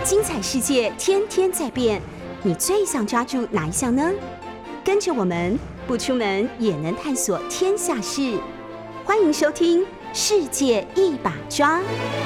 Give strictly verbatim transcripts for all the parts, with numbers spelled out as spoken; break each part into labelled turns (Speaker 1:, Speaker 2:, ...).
Speaker 1: 精彩世界天天在变，你最想抓住哪一项呢？跟着我们不出门也能探索天下事，欢迎收听《世界一把抓》。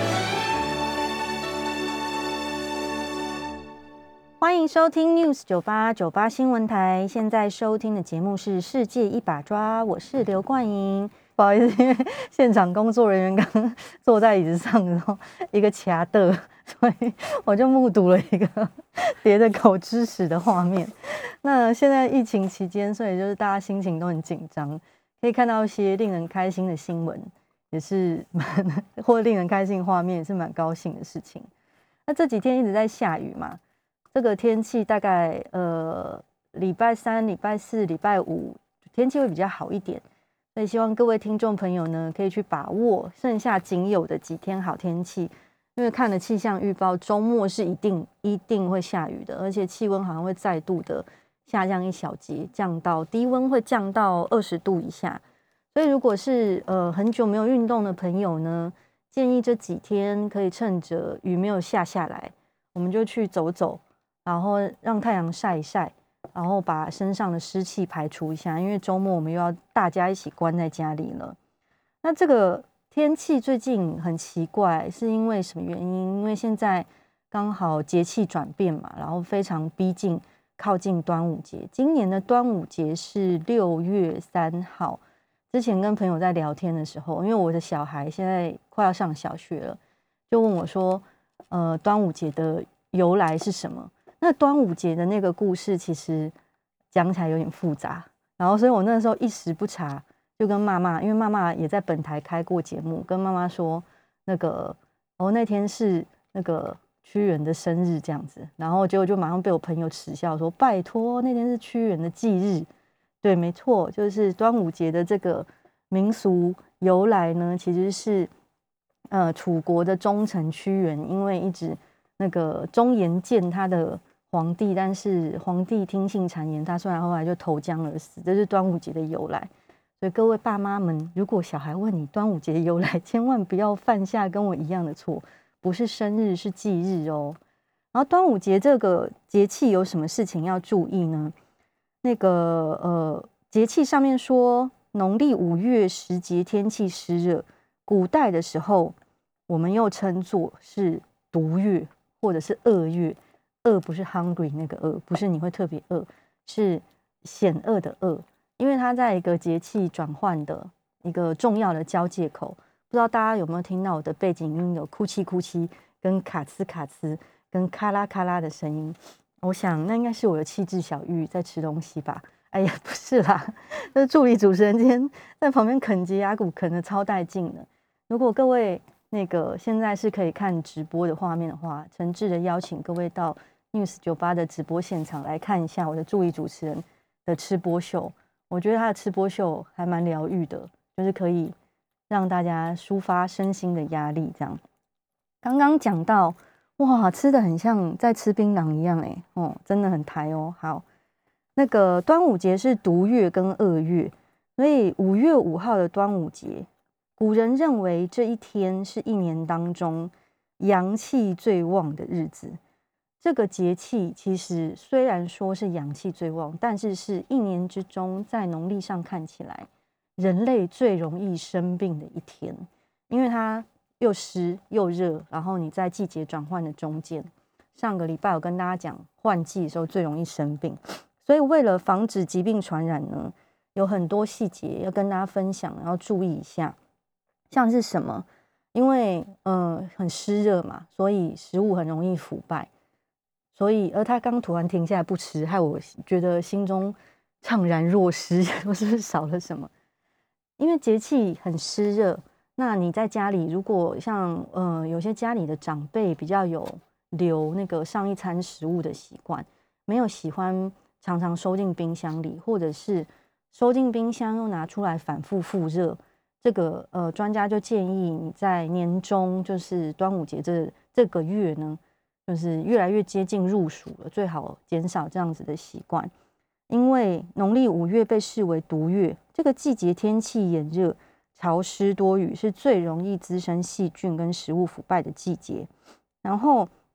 Speaker 2: 欢迎收听 News 九八九八新闻台，现在收听的节目是《世界一把抓》，我是刘冠莹。不好意思，因为现场工作人员刚刚坐在椅子上，然后一个卡的，所以我就目睹了一个叠着口吃屎的画面。那现在疫情期间，所以就是大家心情都很紧张，可以看到一些令人开心的新闻，也是蛮或令人开心的画面，也是蛮高兴的事情。那这几天一直在下雨嘛。这个天气大概呃礼拜三、礼拜四、礼拜五天气会比较好一点，所以希望各位听众朋友呢可以去把握剩下仅有的几天好天气，因为看了气象预报，周末是一定一定会下雨的，而且气温好像会再度的下降一小节，降到低温会降到二十度以下，所以如果是呃很久没有运动的朋友呢，建议这几天可以趁着雨没有下下来，我们就去走走。然后让太阳晒一晒，然后把身上的湿气排除一下，因为周末我们又要大家一起关在家里了。那这个天气最近很奇怪，是因为什么原因？因为现在刚好节气转变嘛，然后非常逼近靠近端午节。今年的端午节是六月三号。之前跟朋友在聊天的时候，因为我的小孩现在快要上小学了，就问我说：“呃，端午节的由来是什么？”那端午节的那个故事其实讲起来有点复杂，然后所以我那时候一时不察，就跟妈妈，因为妈妈也在本台开过节目，跟妈妈说那个哦那天是那个屈原的生日这样子，然后结果就马上被我朋友耻笑说拜托那天是屈原的忌日，对，没错，就是端午节的这个民俗由来呢，其实是呃楚国的忠臣屈原，因为一直那个忠言见他的皇帝，但是皇帝听信谗言，他虽然后来就投江而死，这是端午节的由来。所以各位爸妈们，如果小孩问你端午节的由来，千万不要犯下跟我一样的错，不是生日是忌日哦。然后端午节这个节气有什么事情要注意呢？那个呃节气上面说农历五月时节天气湿热，古代的时候我们又称作是毒月或者是恶月。饿不是 hungry 那个饿，不是你会特别饿，是险恶的恶，因为它在一个节气转换的一个重要的交界口。不知道大家有没有听到我的背景音有哭泣哭泣、跟卡兹卡兹、跟咔啦咔啦的声音？我想那应该是我的气质小玉在吃东西吧？哎呀，不是啦，那助理主持人今天在旁边啃节牙骨，啃得超带劲的。如果各位那个现在是可以看直播的画面的话，诚挚的邀请各位到 News 九八的直播现场来看一下我的助理主持人的吃播秀。我觉得他的吃播秀还蛮疗愈的，就是可以让大家抒发身心的压力。这样，刚刚讲到哇，吃的很像在吃槟榔一样哎、欸，哦，真的很台哦。好，那个端午节是毒月跟恶月，所以五月五号的端午节。古人认为这一天是一年当中阳气最旺的日子。这个节气其实虽然说是阳气最旺，但是是一年之中在农历上看起来人类最容易生病的一天，因为它又湿又热，然后你在季节转换的中间。上个礼拜我跟大家讲换季的时候最容易生病，所以为了防止疾病传染呢，有很多细节要跟大家分享，要注意一下。像是什么？因为呃很湿热嘛，所以食物很容易腐败。所以，而他刚突然停下来不吃，害我觉得心中怅然若失，我是不是少了什么？因为节气很湿热，那你在家里如果像呃有些家里的长辈比较有留那个上一餐食物的习惯，没有喜欢常常收进冰箱里，或者是收进冰箱又拿出来反复复热。这个呃，专家就建议你在年中，就是端午节这这个月呢，就是越来越接近入暑了，最好减少这样子的习惯。因为农历五月被视为毒月，这个季节天气炎热、潮湿多雨，是最容易滋生细菌跟食物腐败的季节。然后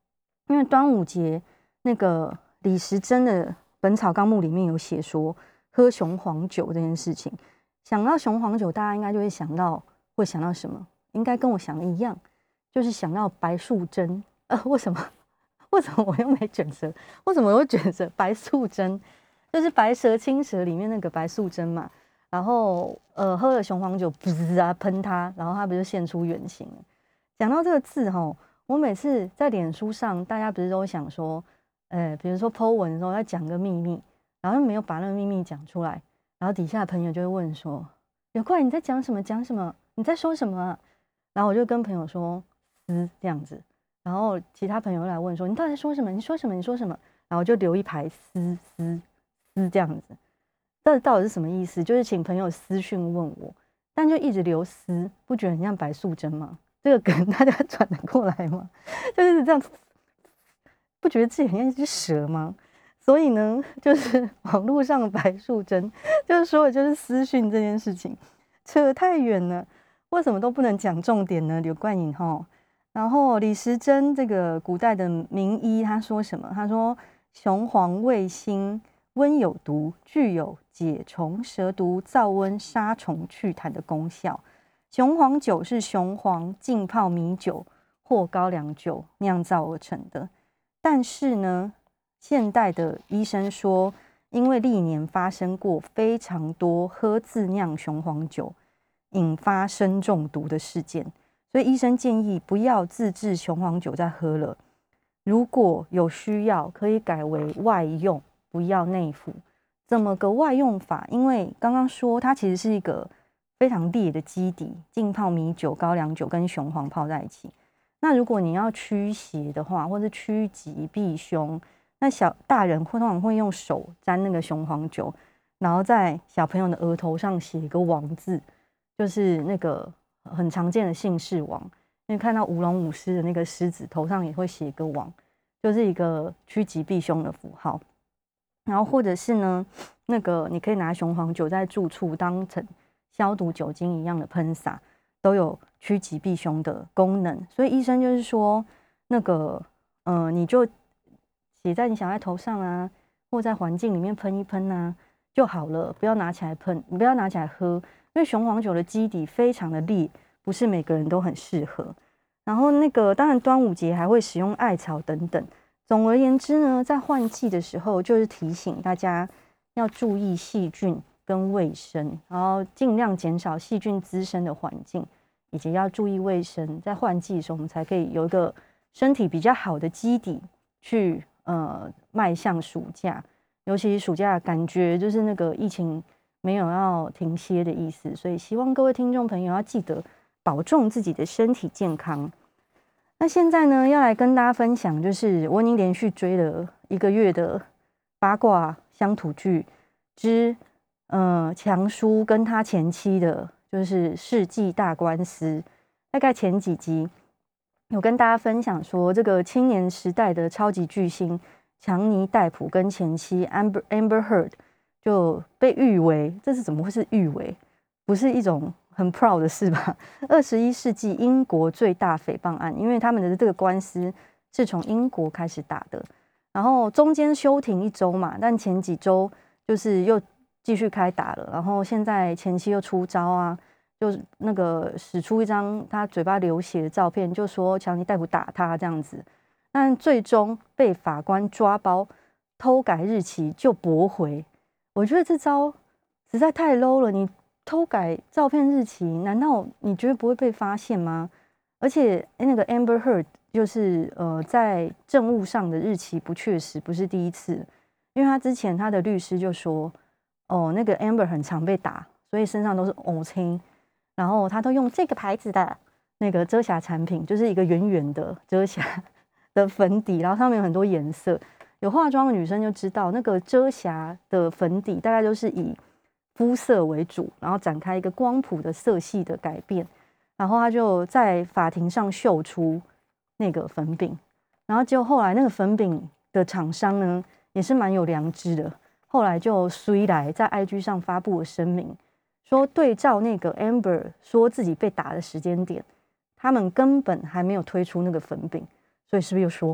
Speaker 2: 因为端午节那个李时珍的《本草纲目》里面有写说喝雄黄酒这件事情，想到雄黄酒，大家应该就会想到会想到什么？应该跟我想的一样，就是想到白素贞。呃，为什么？为什么我又没卷舌？为什么我又卷舌？白素贞就是《白蛇青蛇》里面那个白素贞嘛。然后呃，喝了雄黄酒，噗啊喷它，然后它不就现出原形了？讲到这个字哈，我每次在脸书上，大家不是都会想说，呃，比如说 po 文的时候要讲个秘密，然后没有把那个秘密讲出来，然后底下的朋友就会问说：“有怪你在讲什么？讲什么？你在说什么啊？”然后我就跟朋友说“丝”这样子，然后其他朋友来问说：“你到底在说什么？你说什么？你说什么？”然后我就留一排“丝丝丝”这样子。这到底是什么意思？就是请朋友私讯问我，但就一直留丝，不觉得很像白素贞吗？这个梗大家转得过来吗？就是这样，不觉得自己很像一只蛇吗？所以呢，就是网络上的白素贞，就是说的就是私讯这件事情，扯太远了，为什么都不能讲重点呢？刘冠颖哈，然后李时珍这个古代的名医，他说什么？他说雄黄味辛，温有毒，具有解虫、蛇毒、燥温、杀虫、祛痰的功效。雄黄酒是雄黄浸泡米酒或高粱酒酿造而成的，但是呢，现代的医生说，因为历年发生过非常多喝自酿雄黄酒引发砷中毒的事件，所以医生建议不要自制雄黄酒再喝了。如果有需要，可以改为外用，不要内服。怎么个外用法？因为刚刚说它其实是一个非常烈的基底，浸泡米酒、高粱酒跟雄黄泡在一起。那如果你要驱邪的话，或是趋吉避凶，那小大人会通常会用手沾那个雄黄酒，然后在小朋友的额头上写一个王字，就是那个很常见的姓氏王。因为看到舞龙舞狮的那个狮子头上也会写一个王，就是一个趋吉避凶的符号。然后或者是呢，那个你可以拿雄黄酒在住处当成消毒酒精一样的喷洒，都有趋吉避凶的功能。所以医生就是说，那个呃，你就写在你小孩头上啊，或在环境里面喷一喷啊就好了，不要拿起来喷，你不要拿起来喝，因为雄黄酒的基底非常的烈，不是每个人都很适合。然后那个当然端午节还会使用艾草等等。总而言之呢，在换季的时候，就是提醒大家要注意细菌跟卫生，然后尽量减少细菌滋生的环境，以及要注意卫生。在换季的时候，我们才可以有一个身体比较好的基底去呃迈向暑假。尤其暑假感觉就是那个疫情没有要停歇的意思，所以希望各位听众朋友要记得保重自己的身体健康。那现在呢，要来跟大家分享，就是我已经连续追了一个月的八卦乡土剧之呃强叔跟他前妻的，就是世纪大官司。大概前几集有跟大家分享说，这个青年时代的超级巨星强尼戴普跟前妻 Amber Amber Heard 就被誉为，这是怎么会是誉为？不是一种很 proud 的事吧？二十一世纪英国最大诽谤案，因为他们的这个官司是从英国开始打的，然后中间休庭一周嘛，但前几周就是又继续开打了，然后现在前妻又出招啊，就那个使出一张他嘴巴流血的照片，就说强尼戴普打他这样子，但最终被法官抓包，偷改日期就驳回。我觉得这招实在太 low 了，你偷改照片日期，难道你觉得不会被发现吗？而且那个 Amber Heard 就是呃在政务上的日期不确实，不是第一次，因为他之前他的律师就说，哦，那个 Amber 很常被打，所以身上都是乌青，然后他都用这个牌子的那个遮瑕产品，就是一个圆圆的遮瑕的粉底，然后上面有很多颜色。有化妆的女生就知道，那个遮瑕的粉底大概都是以肤色为主，然后展开一个光谱的色系的改变。然后他就在法庭上秀出那个粉饼，然后结果后来那个粉饼的厂商呢，也是蛮有良知的，后来就随来在 I G 上发布了声明，说对照那个 Amber 说自己被打的时间点，他们根本还没有推出那个粉饼，所以是不是又说谎？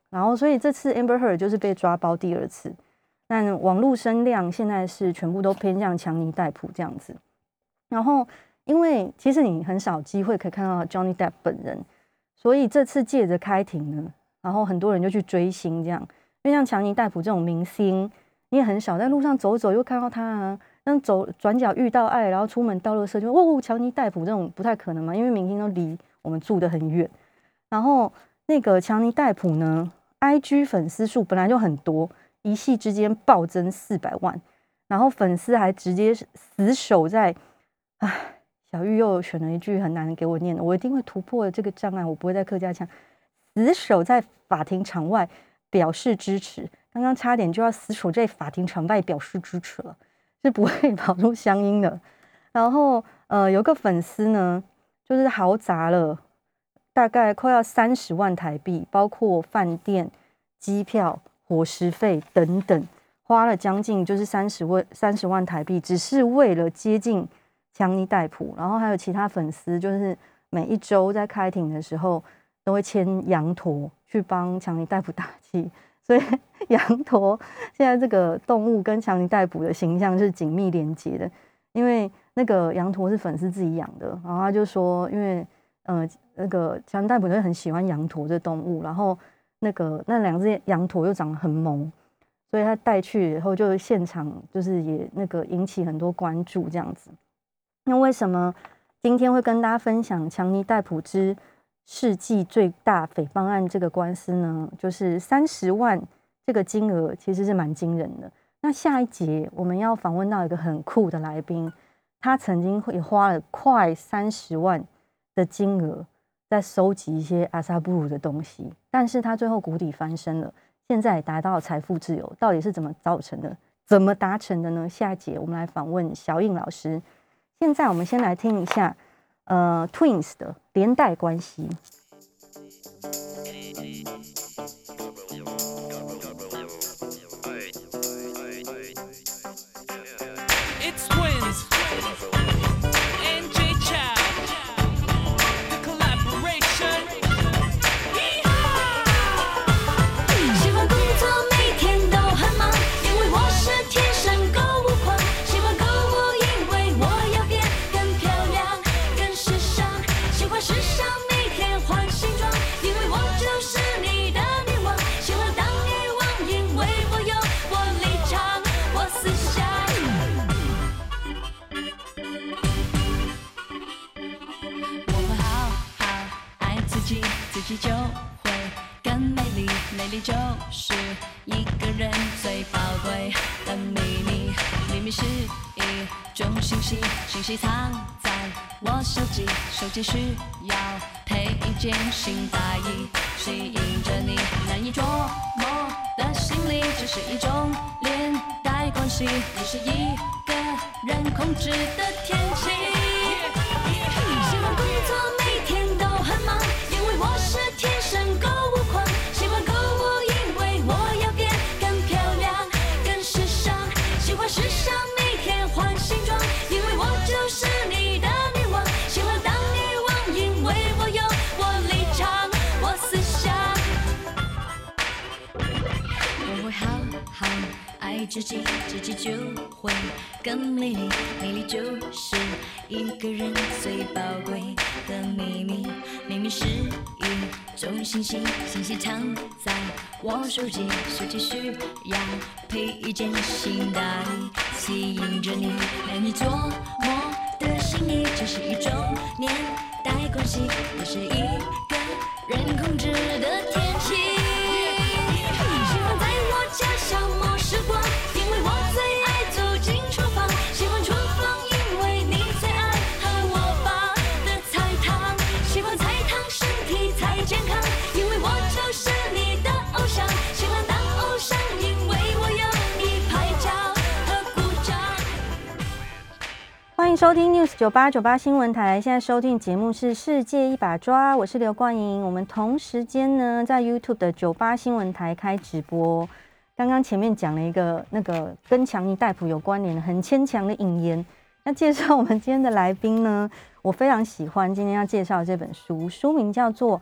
Speaker 2: 然后所以这次 Amber Heard 就是被抓包第二次，那网络声量现在是全部都偏向强尼戴普这样子。然后因为其实你很少机会可以看到 Johnny Depp 本人，所以这次借着开庭呢，然后很多人就去追星这样，因为像强尼戴普这种明星，你也很少在路上走走又看到他啊，那走转角遇到爱，然后出门到垃圾就哦强尼戴普这种不太可能嘛，因为明星都离我们住得很远。然后那个强尼戴普呢 ，I G 粉丝数本来就很多，一夕之间暴增四百万，然后粉丝还直接死守在，唉，小玉又选了一句很难给我念的，我一定会突破这个障碍，我不会再客家腔，死守在法庭场外表示支持。刚刚差点就要死守在法庭场外表示支持了，是不会跑出乡音的。然后呃，有个粉丝呢，就是豪砸了大概快要三十万台币，包括饭店、机票、伙食费等等，花了将近就是三十万三十万台币，只是为了接近强尼戴普。然后还有其他粉丝，就是每一周在开庭的时候都会牵羊驼去帮强尼戴普打气，所以羊驼现在这个动物跟强尼戴普的形象是紧密连接的，因为那个羊驼是粉丝自己养的，然后他就说，因为呃那个强尼戴普就很喜欢羊驼这动物，然后那个那两只羊驼又长得很萌，所以他带去以后就现场就是也那个引起很多关注这样子。那为什么今天会跟大家分享强尼戴普之世纪最大诽谤案这个官司呢？就是三十万这个金额其实是蛮惊人的。那下一节我们要访问到一个很酷的来宾，他曾经也花了快三十万的金额在收集一些阿萨布鲁的东西，但是他最后谷底翻身了，现在也达到了财富自由，到底是怎么造成的？怎么达成的呢？下一节我们来访问小颖老师。现在我们先来听一下呃 Twins 的连带关系。
Speaker 3: 自己就会更美丽，美丽就是一个人最宝贵的秘密。秘密是一种信息，信息藏在我手机，手机需要配一件新大衣，吸引着你难以捉摸的心理。这是一种连带关系，也是一个人控制的天气。喜欢工作每天都很忙，我是天生购物狂，喜欢购物，因为我要变更漂亮、更时尚。喜欢时尚，每天换新装，因为我就是你的女王。喜欢当女王，因为我有我立场、我思想。我会好好爱自己，自己就会更美丽。美丽就是一个人最宝贵的秘密。秘密是一种信息，信息藏在我手机，手机需要配一件新大衣，吸引着你难以捉摸的心理。这是一种年代关系，也是一个人控制的天气。喜欢在我家消磨时光，因为我最爱走进厨房。喜欢厨房，因为你最爱和我爸的菜汤。喜欢菜汤，身体才健康，因为我就是你的偶像。喜欢当偶像，因为我有你拍照和鼓掌。
Speaker 2: 欢迎收听 News 九八九八新闻台，现在收听节目是世界一把抓，我是刘冠莹。我们同时间呢，在 YouTube 的九八新闻台开直播。刚刚前面讲了一个那个跟强尼戴普有关联的很牵强的引言。那介绍我们今天的来宾呢，我非常喜欢今天要介绍这本书，书名叫做《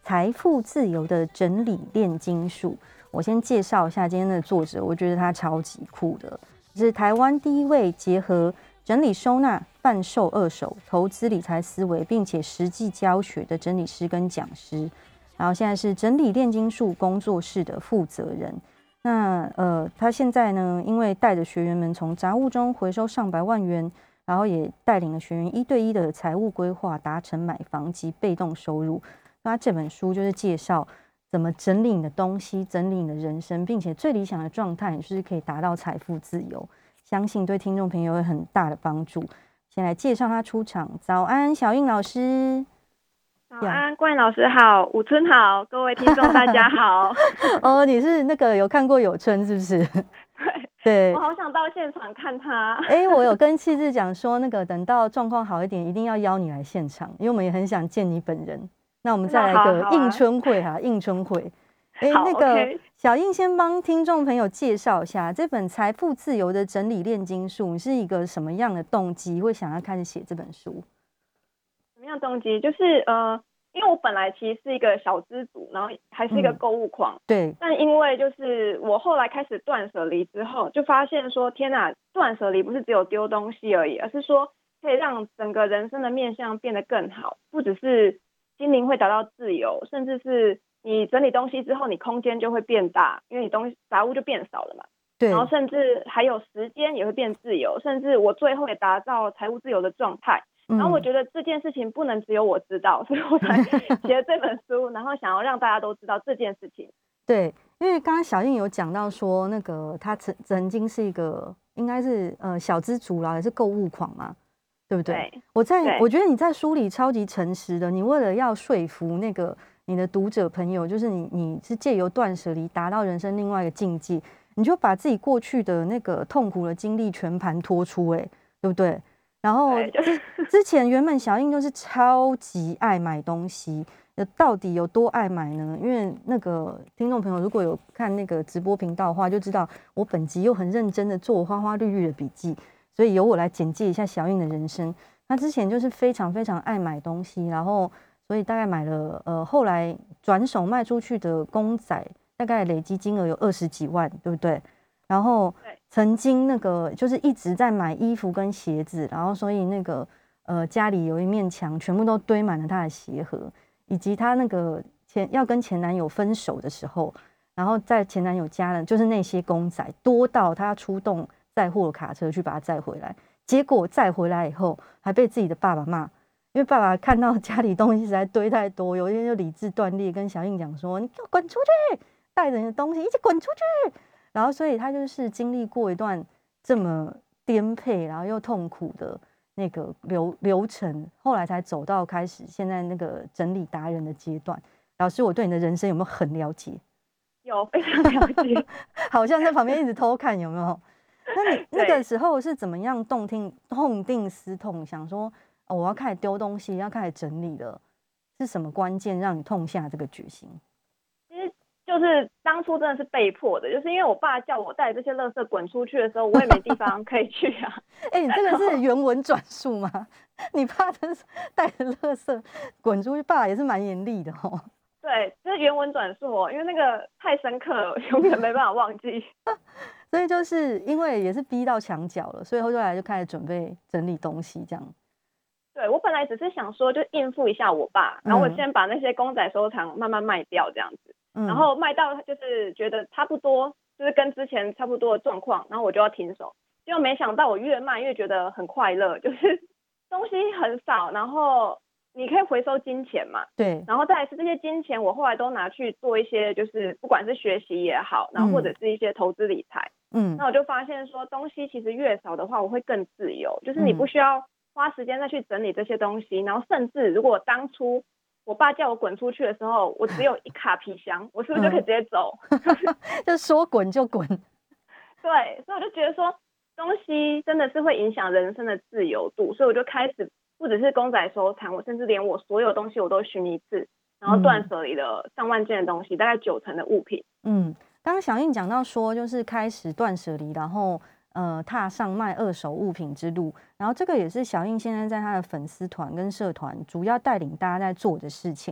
Speaker 2: 财富自由的整理炼金术。我先介绍一下今天的作者，我觉得他超级酷的，是台湾第一位结合整理收纳、贩售二手、投资理财思维，并且实际教学的整理师跟讲师。然后现在是整理炼金术工作室的负责人。那呃，他现在呢，因为带着学员们从杂物中回收上百万元，然后也带领了学员一对一的财务规划，达成买房及被动收入。那这本书就是介绍怎么整理你的东西，整理你的人生，并且最理想的状态就是可以达到财富自由。相信对听众朋友有很大的帮助。先来介绍他出场。早安，小印老师。
Speaker 4: 早安，冠老师好，武春好，各位听众大家好。
Speaker 2: 哦，你是那个有看过有春是不是？
Speaker 4: 对，
Speaker 2: 对，
Speaker 4: 我好想到现场看他。
Speaker 2: 哎、欸，我有跟气质讲说，那个等到状况好一点，一定要邀你来现场，因为我们也很想见你本人。那我们再来一个应春会哈，应春会。哎、欸，那个、okay. 小印先帮听众朋友介绍一下这本《财富自由的整理炼金术》，你是一个什么样的动机会想要开始写这本书？
Speaker 4: 什么样的动机？就是呃。因为我本来其实是一个小资族，然后还是一个购物狂、嗯，
Speaker 2: 对。
Speaker 4: 但因为就是我后来开始断舍离之后，就发现说，天哪，断舍离不是只有丢东西而已，而是说可以让整个人生的面向变得更好，不只是心灵会达到自由，甚至是你整理东西之后，你空间就会变大，因为你东西杂物就变少了嘛。
Speaker 2: 对。
Speaker 4: 然后甚至还有时间也会变自由，甚至我最后也达到财务自由的状态。然后我觉得这件事情不能只有我知道，所以我才写了这本书，然后想要让大家都知道这件事情。
Speaker 2: 对，因为刚刚小印有讲到说，那个他曾曾经是一个应该是呃小资族啦，也是购物狂嘛，对不对？
Speaker 4: 对，
Speaker 2: 我在我觉得你在书里超级诚实的，你为了要说服那个你的读者朋友，就是你你是借由断舍离达到人生另外一个境界，你就把自己过去的那个痛苦的经历全盘托出、欸，哎，对不对？然后之之前原本小印就是超级爱买东西，到底有多爱买呢？因为那个听众朋友如果有看那个直播频道的话，就知道我本集又很认真的做花花绿绿的笔记，所以由我来简介一下小印的人生。他之前就是非常非常爱买东西，然后所以大概买了呃后来转手卖出去的公仔，大概累积金额有二十几万，对不对？然后曾经那个就是一直在买衣服跟鞋子，然后所以那个呃家里有一面墙全部都堆满了他的鞋盒，以及他那个前要跟前男友分手的时候，然后在前男友家呢就是那些公仔多到他出动载货卡车去把他载回来，结果载回来以后还被自己的爸爸骂，因为爸爸看到家里东西实在堆太多，有一天就理智断裂，跟小印讲说：“你给我滚出去，带着你的东西一起滚出去。”然后，所以他就是经历过一段这么颠沛，然后又痛苦的那个流流程，后来才走到开始现在那个整理达人的阶段。老师，我对你的人生有没有很了解？
Speaker 4: 有，非常了解。
Speaker 2: 好像在旁边一直偷看，有没有？那你那个时候是怎么样动听痛定思痛，想说、哦、我要开始丢东西，要开始整理了？是什么关键让你痛下这个决心？
Speaker 4: 就是当初真的是被迫的，就是因为我爸叫我带这些垃圾滚出去的时候，我也没地方可以去啊。
Speaker 2: 哎、欸，你这个是原文转述吗？你爸的带着垃圾滚出去，爸也是蛮严厉的哦。
Speaker 4: 对，这是原文转述哦，因为那个太深刻了，永远没办法忘记。
Speaker 2: 所以就是因为也是逼到墙角了，所以后来就开始准备整理东西，这样。
Speaker 4: 对，我本来只是想说，就应付一下我爸，然后我先把那些公仔收藏慢慢卖掉这样子。嗯、然后卖到就是觉得差不多，就是跟之前差不多的状况，然后我就要停手。结果没想到我越卖越觉得很快乐，就是东西很少，然后你可以回收金钱嘛。
Speaker 2: 对。
Speaker 4: 然后再来是这些金钱，我后来都拿去做一些，就是不管是学习也好，然后或者是一些投资理财。嗯。那我就发现说，东西其实越少的话，我会更自由，就是你不需要花时间再去整理这些东西，然后甚至如果当初我爸叫我滚出去的时候，我只有一卡皮箱，我是不是就可以直接走？嗯、
Speaker 2: 就说滚就滚。
Speaker 4: 对，所以我就觉得说，东西真的是会影响人生的自由度，所以我就开始不只是公仔收藏，我甚至连我所有东西我都寻一次，然后断舍离了上万件的东西，嗯、大概九成的物品。
Speaker 2: 嗯，刚刚小印讲到说，就是开始断舍离，然后呃踏上卖二手物品之路，然后这个也是小印现在在他的粉丝团跟社团主要带领大家在做的事情。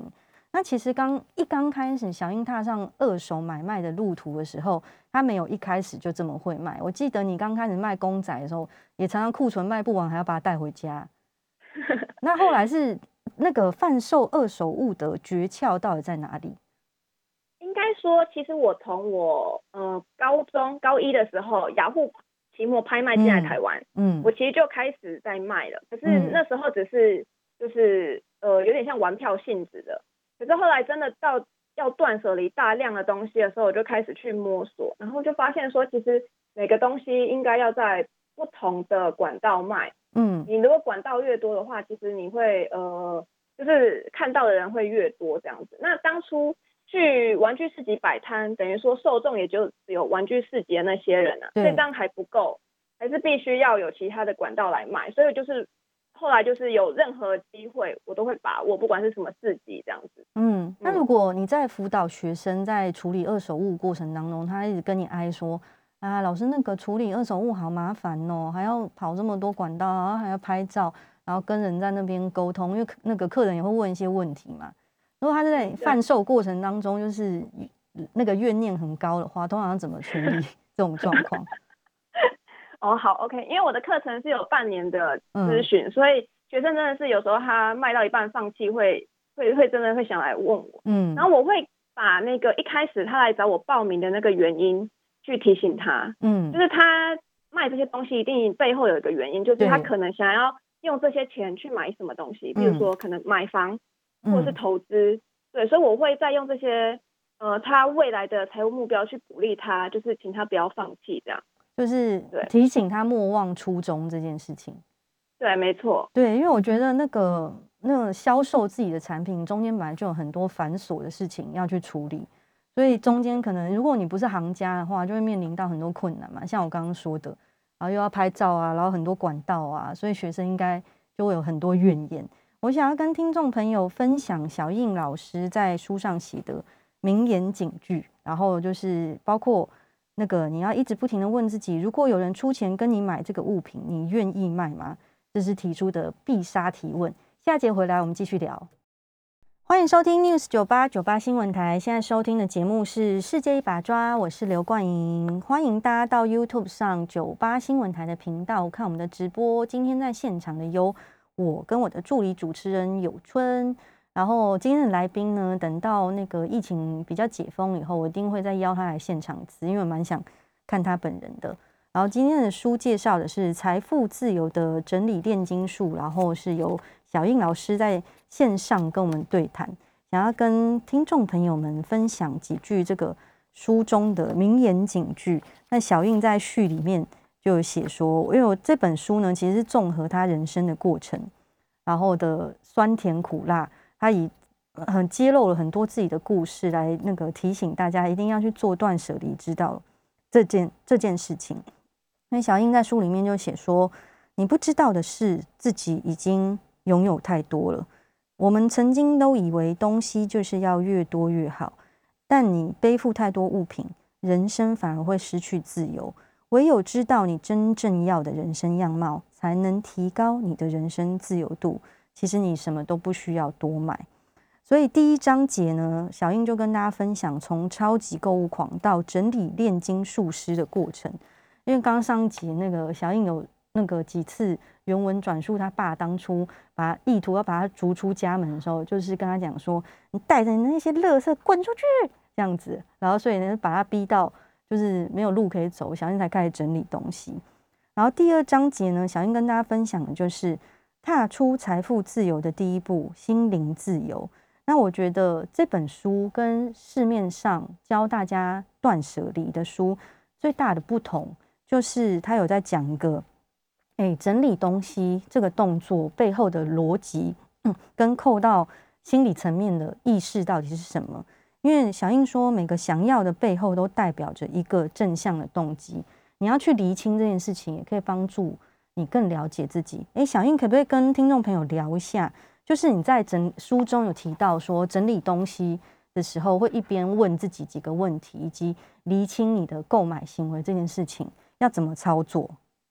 Speaker 2: 那其实刚一刚开始，小英踏上二手买卖的路途的时候，她没有一开始就这么会卖。我记得你刚开始卖公仔的时候，也常常库存卖不完，还要把它带回家。那后来是那个贩售二手物的诀窍到底在哪里？
Speaker 4: 应该说，其实我从我呃高中高一的时候，雅虎期末拍卖进来台湾，嗯，嗯我其实就开始在卖了。可是那时候只是就是呃有点像玩票性质的。可是后来真的到要断舍离大量的东西的时候，我就开始去摸索，然后就发现说，其实每个东西应该要在不同的管道卖。嗯，你如果管道越多的话，其实你会呃，就是看到的人会越多这样子。那当初去玩具市集摆摊，等于说受众也就只有玩具市集的那些人啊，所以这样还不够，还是必须要有其他的管道来卖。所以就是。后来就是有任何机会，我都会把握，不管是什么市集这样子。
Speaker 2: 嗯，那如果你在辅导学生在处理二手物过程当中，他一直跟你哀说啊，老师那个处理二手物好麻烦哦，还要跑这么多管道，然后还要拍照，然后跟人在那边沟通，因为那个客人也会问一些问题嘛。如果他在贩售过程当中就是那个怨念很高的话，通常要怎么处理这种状况？
Speaker 4: 哦，好 ，OK， 因为我的课程是有半年的咨询，嗯、所以学生真的是有时候他卖到一半放弃，会会会真的会想来问我，嗯，然后我会把那个一开始他来找我报名的那个原因去提醒他，嗯，就是他卖这些东西一定背后有一个原因，就是他可能想要用这些钱去买什么东西，比如说可能买房或者是投资，嗯、对，所以我会再用这些呃他未来的财务目标去鼓励他，就是请他不要放弃这样。
Speaker 2: 就是提醒他莫忘初衷这件事情。
Speaker 4: 对，没错。
Speaker 2: 对，因为我觉得那个那个销售自己的产品中间本来就有很多繁琐的事情要去处理，所以中间可能如果你不是行家的话，就会面临到很多困难嘛。像我刚刚说的，然后又要拍照啊，然后很多管道啊，所以学生应该就会有很多怨言。我想要跟听众朋友分享小印老师在书上写的名言警句，然后就是包括。那个你要一直不停的问自己，如果有人出钱跟你买这个物品，你愿意卖吗？这是提出的必杀提问。下节回来我们继续聊。欢迎收听 News 九八九八新闻台，现在收听的节目是世界一把抓，我是刘冠莹。欢迎大家到 YouTube 上九八新闻台的频道看我们的直播。今天在现场的有我跟我的助理主持人有春。然后今天的来宾呢，等到那个疫情比较解封以后，我一定会再邀他来现场一次，因为我蛮想看他本人的。然后今天的书介绍的是《财富自由的整理炼金术》，然后是由小印老师在线上跟我们对谈，想要跟听众朋友们分享几句这个书中的名言警句。那小印在序里面就有写说，因为我这本书呢，其实是综合他人生的过程，然后的酸甜苦辣。他以很揭露了很多自己的故事来那个提醒大家一定要去做断舍离，知道这件这件事情。因为小印在书里面就写说，你不知道的是自己已经拥有太多了。我们曾经都以为东西就是要越多越好，但你背负太多物品，人生反而会失去自由。唯有知道你真正要的人生样貌，才能提高你的人生自由度。其实你什么都不需要多买。所以第一章节呢，小印就跟大家分享从超级购物狂到整理炼金术师的过程。因为刚刚上一集那个小印有那个几次原文转述他爸当初把意图要把他逐出家门的时候，就是跟他讲说，你带着你那些垃圾滚出去这样子，然后所以呢把他逼到就是没有路可以走，小印才开始整理东西。然后第二章节呢，小印跟大家分享的就是踏出财富自由的第一步，心灵自由。那我觉得这本书跟市面上教大家断舍离的书最大的不同，就是他有在讲一个，哎，整理东西这个动作背后的逻辑，嗯，跟扣到心理层面的意识到底是什么。因为小印说，每个想要的背后都代表着一个正向的动机，你要去厘清这件事情，也可以帮助你更了解自己。哎，小印可不可以跟听众朋友聊一下？就是你在整书中有提到说，整理东西的时候会一边问自己几个问题，以及厘清你的购买行为这件事情要怎么操作。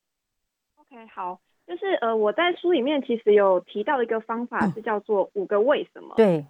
Speaker 4: OK， 好，就是呃，我在书里面其实有提到一个方法，是叫做五个为什么。
Speaker 2: 对，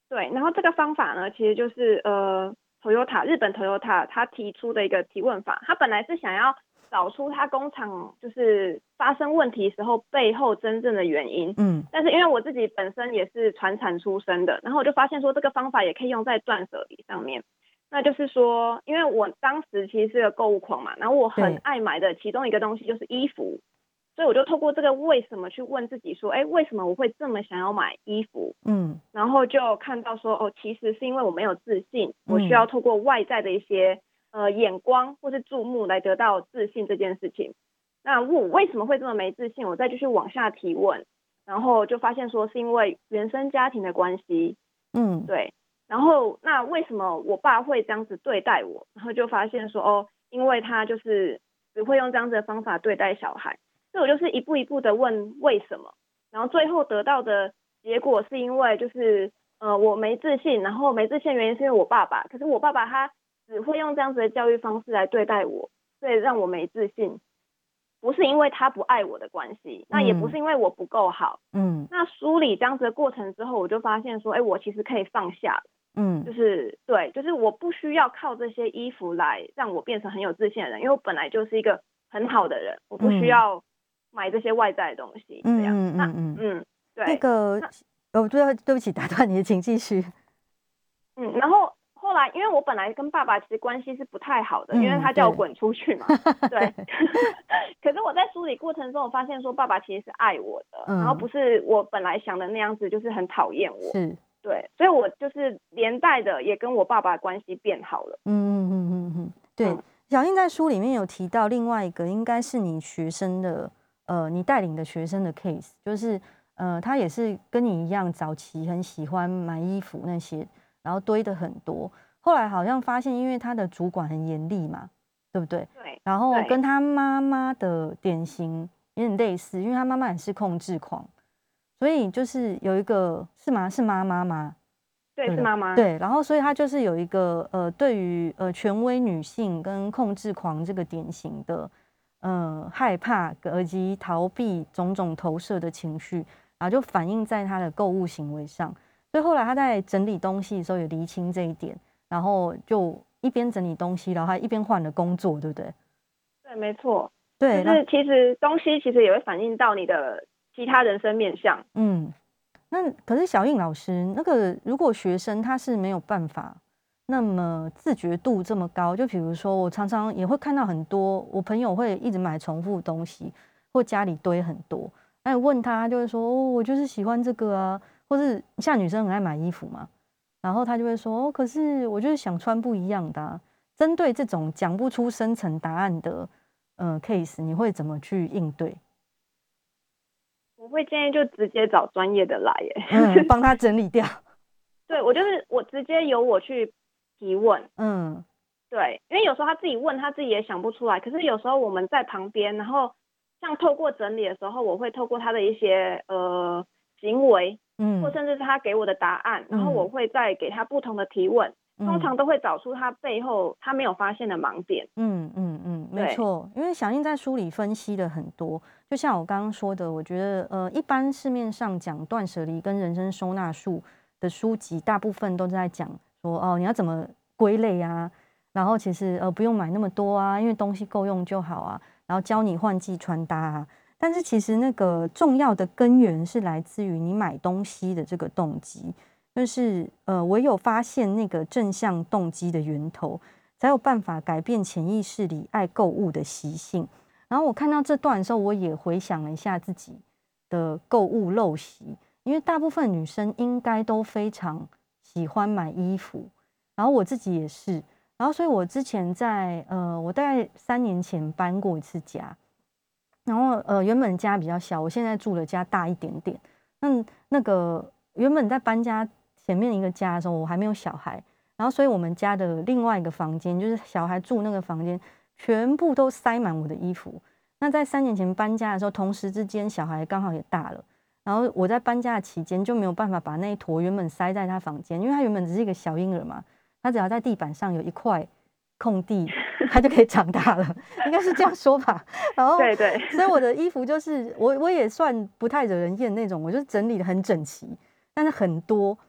Speaker 4: 对，然后这个方法呢，其实就是呃，Toyota 日本 Toyota 他提出的一个提问法，他本来是想要找出他工厂就是发生问题时候背后真正的原因，嗯，但是因为我自己本身也是传产出身的，然后我就发现说这个方法也可以用在断舍离上面。那就是说，因为我当时其实是个购物狂嘛，然后我很爱买的其中一个东西就是衣服，所以我就透过这个为什么去问自己说，哎，为什么我会这么想要买衣服？嗯，然后就看到说，哦，其实是因为我没有自信，我需要透过外在的一些呃眼光或是注目来得到自信这件事情。那我为什么会这么没自信？我再继续往下提问，然后就发现说是因为原生家庭的关系，嗯，对。然后那为什么我爸会这样子对待我？然后就发现说，哦，因为他就是只会用这样子的方法对待小孩。所以我就是一步一步的问为什么，然后最后得到的结果是因为就是呃我没自信，然后没自信的原因是因为我爸爸，可是我爸爸他只会用这样子的教育方式来对待我，所以让我没自信。不是因为他不爱我的关系，那也不是因为我不够好，嗯，那梳理这样子的过程之后，我就发现说，哎，我其实可以放下了，嗯，就是对，就是我不需要靠这些衣服来让我变成很有自信的人，因为我本来就是一个很好的人，我不需要买这些外在的东西，这样，嗯嗯嗯嗯，对，
Speaker 2: 那个，哦，对，对不起，打断你，请继续，
Speaker 4: 嗯，然后。后来，因为我本来跟爸爸其实关系是不太好的，嗯、因为他叫我滚出去嘛。对。可是我在梳理过程中，我发现说爸爸其实是爱我的，嗯、然后不是我本来想的那样子，就是很讨厌我。是。对，所以我就是连带的也跟我爸爸关系变好了。
Speaker 2: 嗯嗯嗯嗯嗯，对。嗯、小英在书里面有提到另外一个，应该是你学生的，呃，你带领的学生的 case， 就是呃，他也是跟你一样，早期很喜欢买衣服那些。然后堆的很多，后来好像发现，因为他的主管很严厉嘛，对不对？
Speaker 4: 对。
Speaker 2: 然后跟他妈妈的典型有点类似，因为他妈妈也是控制狂，所以就是有一个是吗？是妈妈吗？
Speaker 4: 对，是妈妈。
Speaker 2: 对，然后所以他就是有一个呃，对于呃权威女性跟控制狂这个典型的呃害怕以及逃避种种投射的情绪，然后就反映在他的购物行为上。所以后来他在整理东西的时候也厘清这一点，然后就一边整理东西，然后他一边换了工作，对不对？
Speaker 4: 对，没错。
Speaker 2: 对，
Speaker 4: 就是其实东西其实也会反映到你的其他人生面向。
Speaker 2: 嗯，那可是小颖老师，那个如果学生他是没有办法那么自觉度这么高，就比如说我常常也会看到很多我朋友会一直买重复东西，或家里堆很多，那你问他，他就会说、哦、我就是喜欢这个啊。或是像女生很爱买衣服嘛，然后她就会说：“哦，可是我就是想穿不一样的、啊。”针对这种讲不出深层答案的呃 case， 你会怎么去应对？
Speaker 4: 我会建议就直接找专业的来耶，
Speaker 2: 嗯，帮他整理掉。
Speaker 4: 对，我就是我直接由我去提问，嗯，对，因为有时候他自己问他自己也想不出来，可是有时候我们在旁边，然后像透过整理的时候，我会透过他的一些呃。行为，嗯，或甚至是他给我的答案，嗯、然后我会再给他不同的提问，嗯、通常都会找出他背后他没有发现的盲点。
Speaker 2: 嗯嗯嗯，没错，因为小英在书里分析了很多，就像我刚刚说的，我觉得呃，一般市面上讲断舍离跟人生收纳术的书籍，大部分都在讲说哦，你要怎么归类啊，然后其实呃不用买那么多啊，因为东西够用就好啊，然后教你换季穿搭啊。但是其实那个重要的根源是来自于你买东西的这个动机，就是呃，唯有发现那个正向动机的源头，才有办法改变潜意识里爱购物的习性。然后我看到这段的时候，我也回想了一下自己的购物陋习，因为大部分女生应该都非常喜欢买衣服，然后我自己也是，然后所以我之前在呃，我大概三年前搬过一次家。然后呃，原本家比较小，我现在住的家大一点点。那那个原本在搬家前面一个家的时候，我还没有小孩，然后所以我们家的另外一个房间，就是小孩住那个房间，全部都塞满我的衣服。那在三年前搬家的时候，同时之间小孩刚好也大了，然后我在搬家的期间就没有办法把那一坨原本塞在他房间，因为他原本只是一个小婴儿嘛，他只要在地板上有一块空地，他就可以长大了，应该是这样说吧。然后，
Speaker 4: 对对，
Speaker 2: 所以我的衣服就是我我也算不太惹人厌那种，我就是整理的很整齐，但是很多。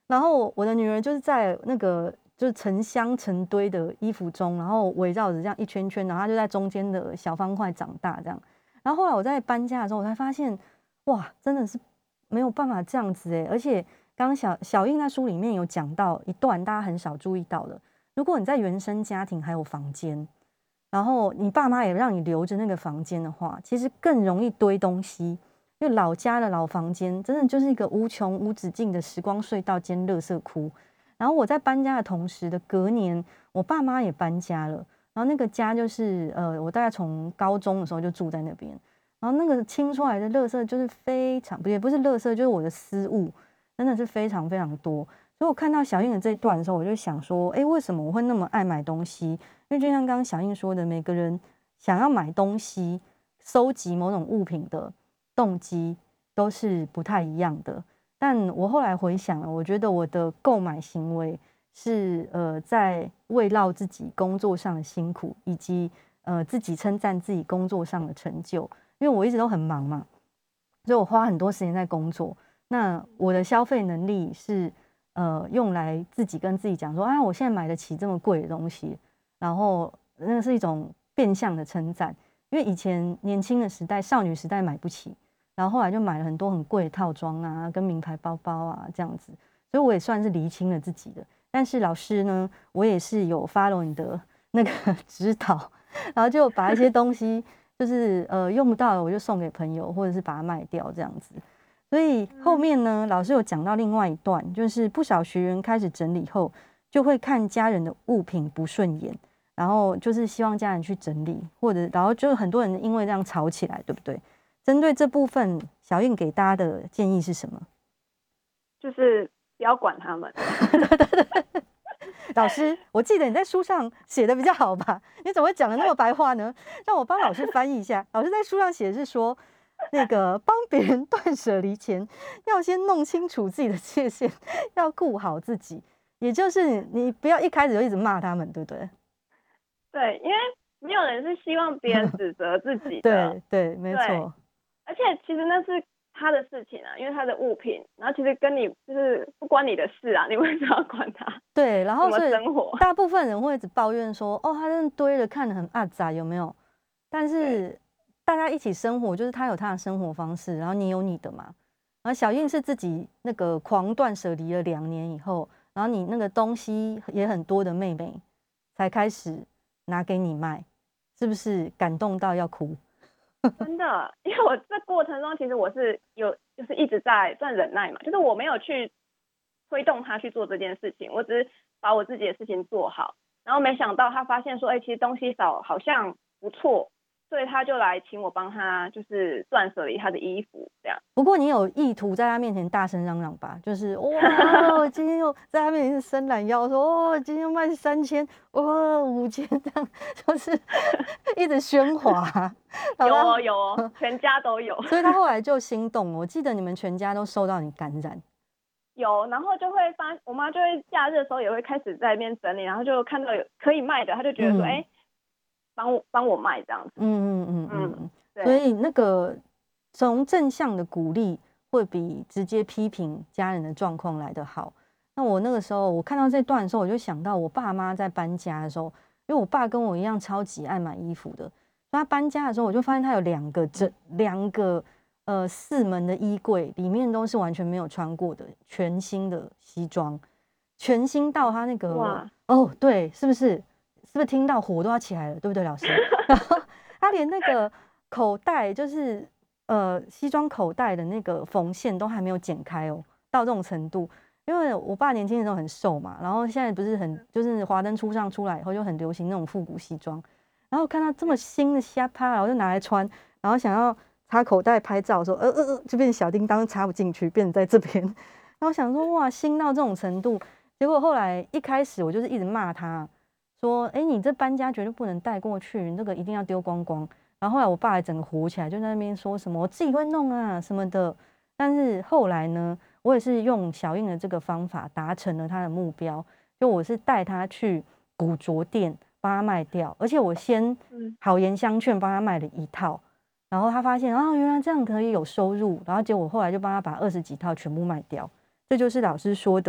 Speaker 2: 然后我的女儿就是在那个就是成箱成堆的衣服中，然后围绕着这样一圈圈，然后她就在中间的小方块长大这样。然后后来我在搬家的时候，我才发现，哇，真的是没有办法这样子哎！而且刚刚小小印在书里面有讲到一段，大家很少注意到的，如果你在原生家庭还有房间，然后你爸妈也让你留着那个房间的话，其实更容易堆东西。因为老家的老房间真的就是一个无穷无止境的时光隧道兼垃圾窟。然后我在搬家的同时的隔年，我爸妈也搬家了。然后那个家就是呃，我大概从高中的时候就住在那边。然后那个清出来的垃圾就是非常不也不是垃圾，就是我的私物，真的是非常非常多。所以我看到小印的这一段的时候，我就想说，哎，为什么我会那么爱买东西？因为就像刚刚小印说的，每个人想要买东西、收集某种物品的动机都是不太一样的。但我后来回想了，我觉得我的购买行为是呃在慰劳自己工作上的辛苦，以及呃自己称赞自己工作上的成就。因为我一直都很忙嘛，所以我花很多时间在工作。那我的消费能力是呃用来自己跟自己讲说啊，我现在买得起这么贵的东西，然后那是一种变相的称赞。因为以前年轻的时代，少女时代买不起，然后后来就买了很多很贵的套装啊，跟名牌包包啊这样子，所以我也算是厘清了自己的。但是老师呢，我也是有 follow 你的那个指导，然后就把一些东西。就是呃用不到了，我就送给朋友，或者是把它卖掉这样子。所以后面呢，老师有讲到另外一段，就是不少学员开始整理后，就会看家人的物品不顺眼，然后就是希望家人去整理，或者然后就很多人因为这样吵起来，对不对？针对这部分，小印给大家的建议是什么？
Speaker 4: 就是不要管他们。
Speaker 2: 老师，我记得你在书上写的比较好吧？你怎么会讲的那么白话呢？让我帮老师翻译一下。老师在书上写的是说，那个帮别人断舍离前，要先弄清楚自己的界限，要顾好自己。也就是你不要一开始就一直骂他们，对不对？
Speaker 4: 对，因为没有人是希望别人指责自己的。
Speaker 2: 对对，没错。
Speaker 4: 而且其实那是他的事情啊，因为他的物品，然后其实跟你就是不关你的事啊，你为什么要管他？
Speaker 2: 对，然后是
Speaker 4: 生活，
Speaker 2: 大部分人会一直抱怨说，哦，他真的堆了，看得很阿杂，有没有？但是大家一起生活，就是他有他的生活方式，然后你有你的嘛。然后小印是自己那个狂断舍离了两年以后，然后你那个东西也很多的妹妹，才开始拿给你卖，是不是感动到要哭？
Speaker 4: 真的，因为我这过程中其实我是有，就是一直在算忍耐嘛，就是我没有去推动他去做这件事情，我只是把我自己的事情做好。然后没想到他发现说，哎、欸，其实东西少好像不错，所以他就来请我帮他，就是断舍离他的衣服这样。
Speaker 2: 不过你有意图在他面前大声嚷嚷吧？就是哇，我今天又在他面前伸懒腰，说哦，今天又卖三千，哇，五千这样，就是一直喧哗。
Speaker 4: 有哦有哦，全家都有。
Speaker 2: 所以他后来就心动了。我记得你们全家都受到你感染。
Speaker 4: 有，然后就会发，我妈就会假日的时候也会开始在那边整理，然后就看到有可以卖的，她就觉得说，哎、嗯，帮、欸、我帮我卖这样子。嗯嗯
Speaker 2: 嗯嗯嗯。所以那个从正向的鼓励会比直接批评家人的状况来得好。那我那个时候我看到这段的时候，我就想到我爸妈在搬家的时候，因为我爸跟我一样超级爱买衣服的。他搬家的时候，我就发现他有两个这两个呃四门的衣柜，里面都是完全没有穿过的全新的西装，全新到他那个哇哦，对，是不是？是不是听到火都要起来了，对不对，老师？然后他连那个口袋，就是呃西装口袋的那个缝线都还没有剪开哦，到这种程度。因为我爸年轻的时候很瘦嘛，然后现在不是很就是华灯初上出来以后就很流行那种复古西装。然后看到这么新的虾趴，然后就拿来穿，然后想要插口袋拍照的时候，呃呃呃，就变小叮当插不进去，变成在这边。然后想说哇，新到这种程度。结果后来一开始我就是一直骂他，说，哎，你这搬家绝对不能带过去，你这个一定要丢光光。然后后来我爸还整个火起来，就在那边说什么我自己会弄啊什么的。但是后来呢，我也是用小印的这个方法达成了他的目标，就我是带他去古着店。帮他卖掉，而且我先好言相劝帮他卖了一套，然后他发现啊，原来这样可以有收入，然后结果后来就帮他把二十几套全部卖掉。这就是老师说的，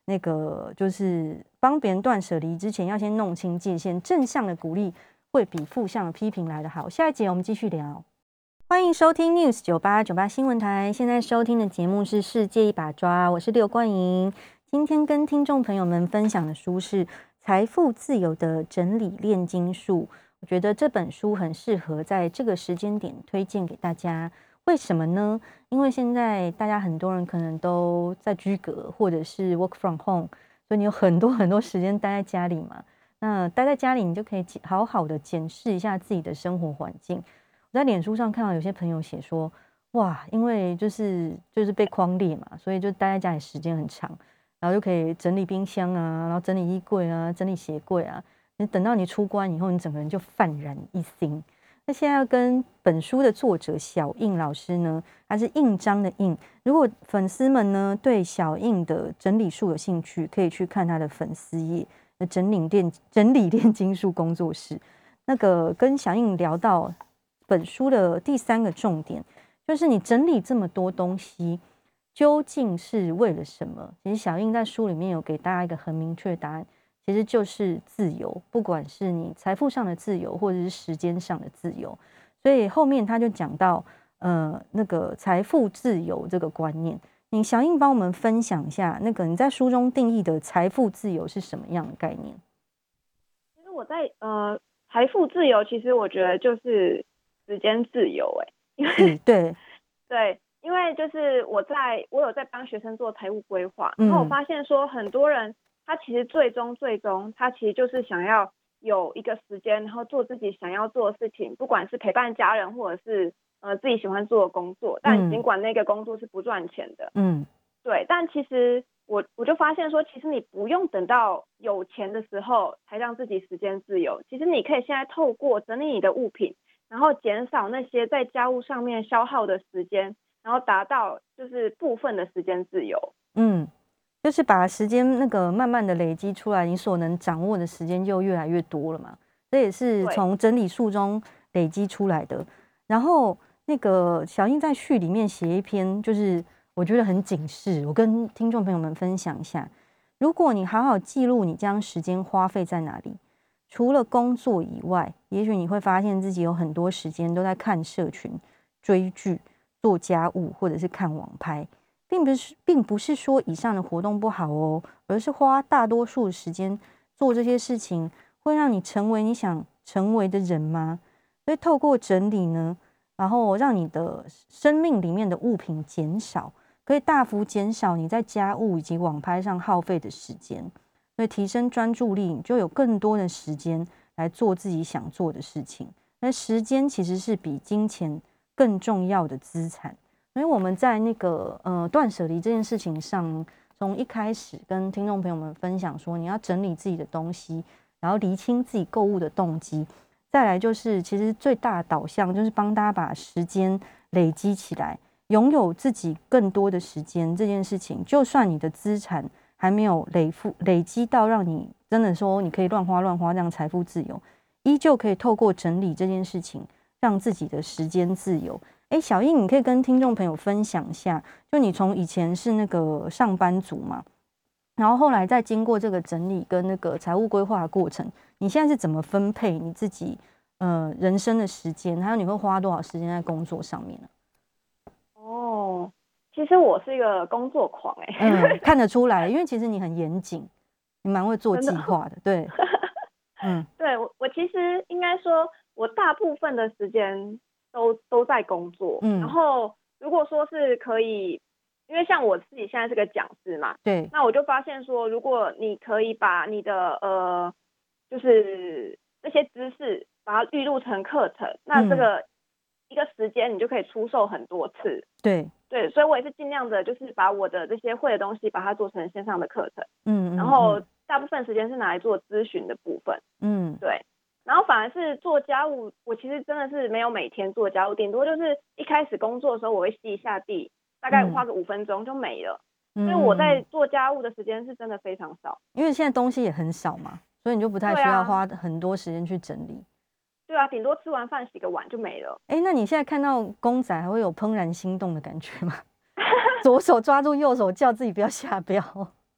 Speaker 2: 那个就是帮别人断舍离之前，要先弄清界限。正向的鼓励会比负向的批评来得好。下一节我们继续聊。欢迎收听 News 九八九八新闻台，现在收听的节目是《世界一把抓》，我是刘冠莹。今天跟听众朋友们分享的书是《财富自由的整理炼金术》，我觉得这本书很适合在这个时间点推荐给大家。为什么呢？因为现在大家很多人可能都在居隔，或者是 work from home， 所以你有很多很多时间待在家里嘛。那待在家里，你就可以好好的检视一下自己的生活环境。我在脸书上看到有些朋友写说，哇，因为就是就是被匡列嘛，所以就待在家里时间很长，然后就可以整理冰箱啊，然后整理衣柜啊，整理鞋柜啊。你等到你出关以后，你整个人就焕然一新。那现在要跟本书的作者小印老师呢，他是印章的印。如果粉丝们呢对小印的整理术有兴趣，可以去看他的粉丝页的整理炼整理炼金术工作室。那个跟小印聊到本书的第三个重点，就是你整理这么多东西，究竟是为了什么？其实小印在书里面有给大家一个很明确的答案。其实就是自由，不管是你财富上的自由，或者是时间上的自由。所以后面他就讲到，呃，那个财富自由这个观念。你小印帮我们分享一下，那个你在书中定义的财富自由是什么样的概念？
Speaker 4: 其实我在呃，财富自由，其实我觉得就是时间自由、欸，哎，因为
Speaker 2: 对
Speaker 4: 对，因为就是我在我有在帮学生做财务规划，然后我发现说很多人。他其实最终最终他其实就是想要有一个时间，然后做自己想要做的事情，不管是陪伴家人或者是呃自己喜欢做的工作，但尽管那个工作是不赚钱的，嗯，对，但其实我我就发现说，其实你不用等到有钱的时候才让自己时间自由，其实你可以现在透过整理你的物品，然后减少那些在家务上面消耗的时间，然后达到就是部分的时间自由，嗯。
Speaker 2: 就是把时间那个慢慢的累积出来，你所能掌握的时间就越来越多了嘛。这也是从整理术中累积出来的。然后那个小印在序里面写一篇，就是我觉得很警示，我跟听众朋友们分享一下。如果你好好记录你将时间花费在哪里，除了工作以外，也许你会发现自己有很多时间都在看社群、追剧、做家务，或者是看网拍。并不是，并不是说以上的活动不好哦，而是花大多数的时间做这些事情，会让你成为你想成为的人吗？所以透过整理呢，然后让你的生命里面的物品减少，可以大幅减少你在家务以及网拍上耗费的时间，所以提升专注力，你就有更多的时间来做自己想做的事情。那时间其实是比金钱更重要的资产。所以我们在那个呃断舍离这件事情上，从一开始跟听众朋友们分享说，你要整理自己的东西，然后厘清自己购物的动机，再来就是其实最大的导向就是帮大家把时间累积起来，拥有自己更多的时间这件事情，就算你的资产还没有累富累积到让你真的说你可以乱花乱花这样财富自由，依旧可以透过整理这件事情，让自己的时间自由。哎，小印，你可以跟听众朋友分享一下，就你从以前是那个上班族嘛，然后后来再经过这个整理跟那个财务规划的过程，你现在是怎么分配你自己呃人生的时间，还有你会花多少时间在工作上面呢？
Speaker 4: 哦，其实我是一个工作狂哎、欸，
Speaker 2: 嗯，看得出来，因为其实你很严谨，你蛮会做计划的，对，
Speaker 4: 嗯，对我我其实应该说，我大部分的时间。都都在工作，嗯，然后如果说是可以，因为像我自己现在是个讲师嘛，
Speaker 2: 对，
Speaker 4: 那我就发现说，如果你可以把你的呃，就是那些知识把它预录成课程，那这个一个时间你就可以出售很多次，
Speaker 2: 对
Speaker 4: 对，所以我也是尽量的，就是把我的这些会的东西，把它做成线上的课程，嗯，然后大部分时间是拿来做咨询的部分，嗯，对。然后反而是做家务，我其实真的是没有每天做家务，顶多就是一开始工作的时候我会吸一下地，大概花个五分钟就没了。嗯、所以我在做家务的时间是真的非常少，
Speaker 2: 因为现在东西也很少嘛，所以你就不太需要花很多时间去整理。
Speaker 4: 对啊，顶多吃完饭洗个碗就没了。
Speaker 2: 哎，那你现在看到公仔还会有怦然心动的感觉吗？左手抓住右手，叫自己不要下标。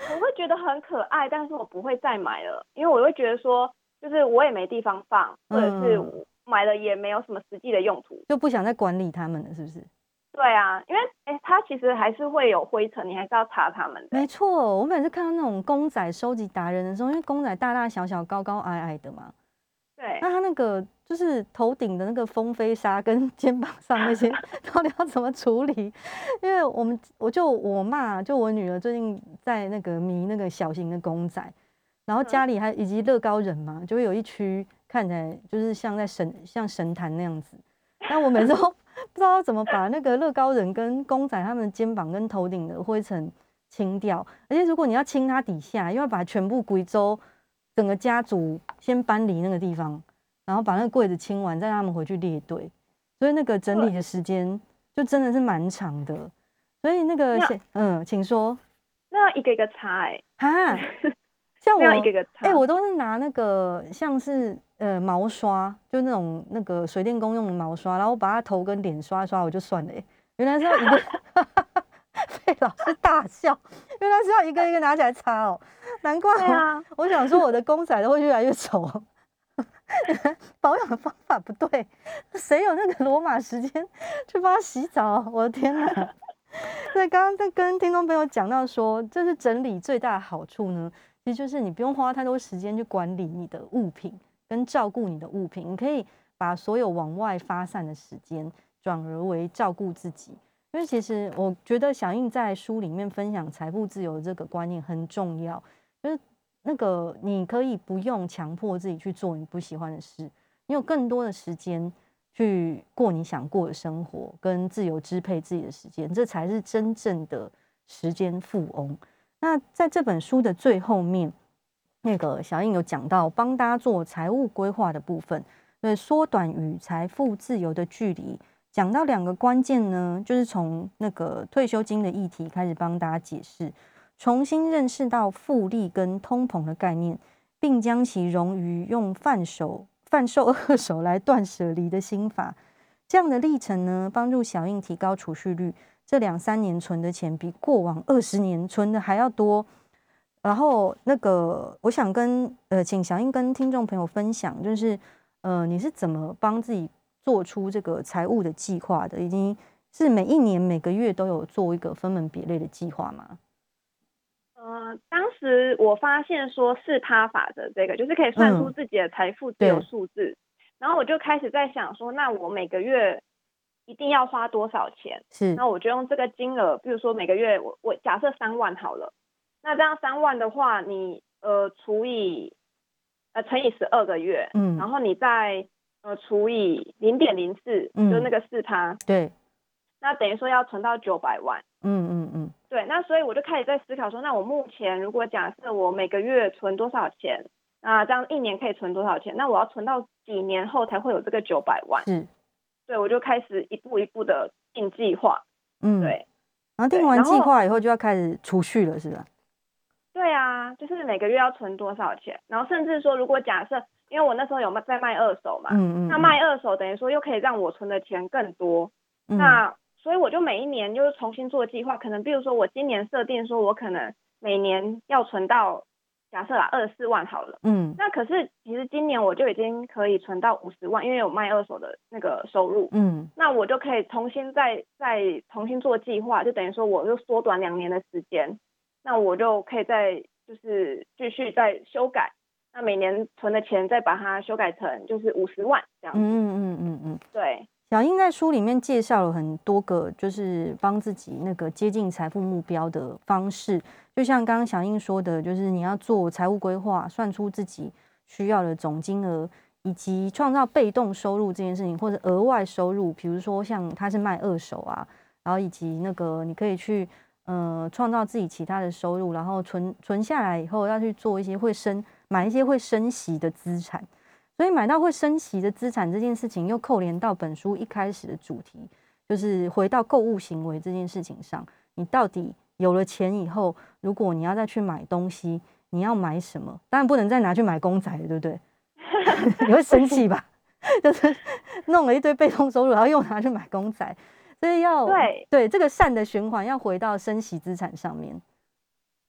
Speaker 4: 我会觉得很可爱，但是我不会再买了，因为我会觉得说，就是我也没地方放，或者是买了也没有什么实际的用途，
Speaker 2: 就不想再管理他们了，是不是？
Speaker 4: 对啊，因为哎，它其实还是会有灰尘，你还是要擦它们的。
Speaker 2: 没错，我每次看到那种公仔收集达人的时候，因为公仔大大小小、高高矮矮的嘛，
Speaker 4: 对，
Speaker 2: 那他那个就是头顶的那个风飞沙跟肩膀上那些，到底要怎么处理？因为我们我就我妈就我女儿最近在那个迷那个小型的公仔，然后家里还以及乐高人嘛，就会有一区看起来就是像在神像神坛那样子。但我每次都不知道怎么把那个乐高人跟公仔他们的肩膀跟头顶的灰尘清掉，而且如果你要清它底下，又要把全部贵州整个家族先搬离那个地方，然后把那个柜子清完，再让他们回去列队，所以那个整理的时间就真的是蛮长的。所以那个嗯，请说。
Speaker 4: 那一个一个擦哎、
Speaker 2: 欸，哈，像我
Speaker 4: 那一个一个擦，
Speaker 2: 哎、欸，我都是拿那个像是呃毛刷，就那种那个水电工用的毛刷，然后把它头跟脸刷一刷，我就算了、欸。原来是要一个，被老师大笑，原来是要一个一个拿起来擦哦、喔，难怪我、啊、我想说我的公仔都会越来越丑。保养的方法不对，谁有那个罗马时间去帮他洗澡？我的天哪！所以刚刚在跟听众朋友讲到说，这是整理最大的好处呢，其实就是你不用花太多时间去管理你的物品跟照顾你的物品，你可以把所有往外发散的时间转而为照顾自己。因为其实我觉得小印在书里面分享财富自由的这个观念很重要，就是那个你可以不用强迫自己去做你不喜欢的事，你有更多的时间去过你想过的生活，跟自由支配自己的时间，这才是真正的时间富翁。那在这本书的最后面，那个小印有讲到帮大家做财务规划的部分，所以缩短与财富自由的距离。讲到两个关键呢，就是从那个退休金的议题开始帮大家解释，重新认识到复利跟通膨的概念，并将其融于用贩手贩售二手来断舍离的心法。这样的历程呢，帮助小印提高储蓄率，这两三年存的钱比过往二十年存的还要多。然后那个，我想跟呃，请小印跟听众朋友分享，就是呃，你是怎么帮自己做出这个财务的计划的？已经是每一年每个月都有做一个分门别类的计划吗？
Speaker 4: 呃，当时我发现说四趴法则这个就是可以算出自己的财富自由数字、嗯，然后我就开始在想说，那我每个月一定要花多少钱？
Speaker 2: 是，
Speaker 4: 那我就用这个金额，比如说每个月我我假设三万好了，那这样三万的话，你呃除以呃乘以十二个月，嗯，然后你再呃除以零点零四，就是那个四趴，
Speaker 2: 对，
Speaker 4: 那等于说要存到九百万。
Speaker 2: 嗯嗯嗯，
Speaker 4: 对，那所以我就开始在思考说，那我目前如果假设我每个月存多少钱，那这样一年可以存多少钱？那我要存到几年后才会有这个九百万？
Speaker 2: 是，
Speaker 4: 对，我就开始一步一步的定计划。嗯，对。
Speaker 2: 然后定完计划以后就要开始储蓄了，是吧？
Speaker 4: 对啊，就是每个月要存多少钱，然后甚至说，如果假设，因为我那时候有在卖二手嘛，嗯嗯，那卖二手等于说又可以让我存的钱更多，嗯、那。所以我就每一年就是重新做计划，可能比如说我今年设定说我可能每年要存到假设啦二十四万好了，嗯，那可是其实今年我就已经可以存到五十万，因为有卖二手的那个收入，嗯，那我就可以重新再再重新做计划，就等于说我就缩短两年的时间，那我就可以再就是继续再修改，那每年存的钱再把它修改成就是五十万这样子，嗯嗯嗯嗯，对。
Speaker 2: 小印在书里面介绍了很多个，就是帮自己那个接近财富目标的方式。就像刚刚小印说的，就是你要做财务规划，算出自己需要的总金额，以及创造被动收入这件事情，或者额外收入，比如说像他是卖二手啊，然后以及那个你可以去呃创造自己其他的收入，然后存存下来以后要去做一些会升买一些会升息的资产。所以买到会升息的资产这件事情，又扣连到本书一开始的主题，就是回到购物行为这件事情上。你到底有了钱以后，如果你要再去买东西，你要买什么？当然不能再拿去买公仔了，对不对？你会生气吧？就是弄了一堆被动收入，然后又拿去买公仔，所以要
Speaker 4: 对,
Speaker 2: 对这个善的循环要回到升息资产上面。
Speaker 4: 因为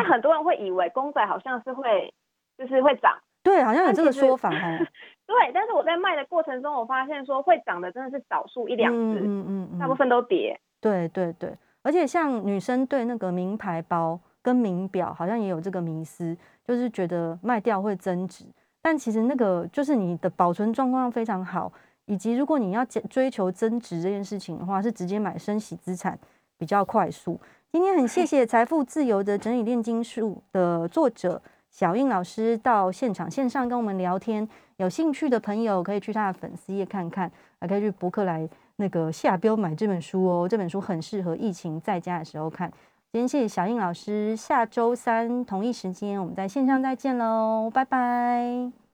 Speaker 4: 为很多人会以为公仔好像是会就是会长，
Speaker 2: 对，好像有这个说法哦。
Speaker 4: 对，但是我在卖的过程中，我发现说会长的真的是少数一两只，嗯嗯嗯，大部分都跌。
Speaker 2: 对对对，而且像女生对那个名牌包跟名表好像也有这个迷思，就是觉得卖掉会增值，但其实那个就是你的保存状况非常好，以及如果你要追求增值这件事情的话，是直接买升息资产比较快速。今天很谢谢财富自由的整理炼金术的作者小印老师到现场线上跟我们聊天，有兴趣的朋友可以去他的粉丝页看看，还可以去博客来那个下标买这本书哦，这本书很适合疫情在家的时候看。今天谢谢小印老师，下周三同一时间我们在线上再见喽，拜拜。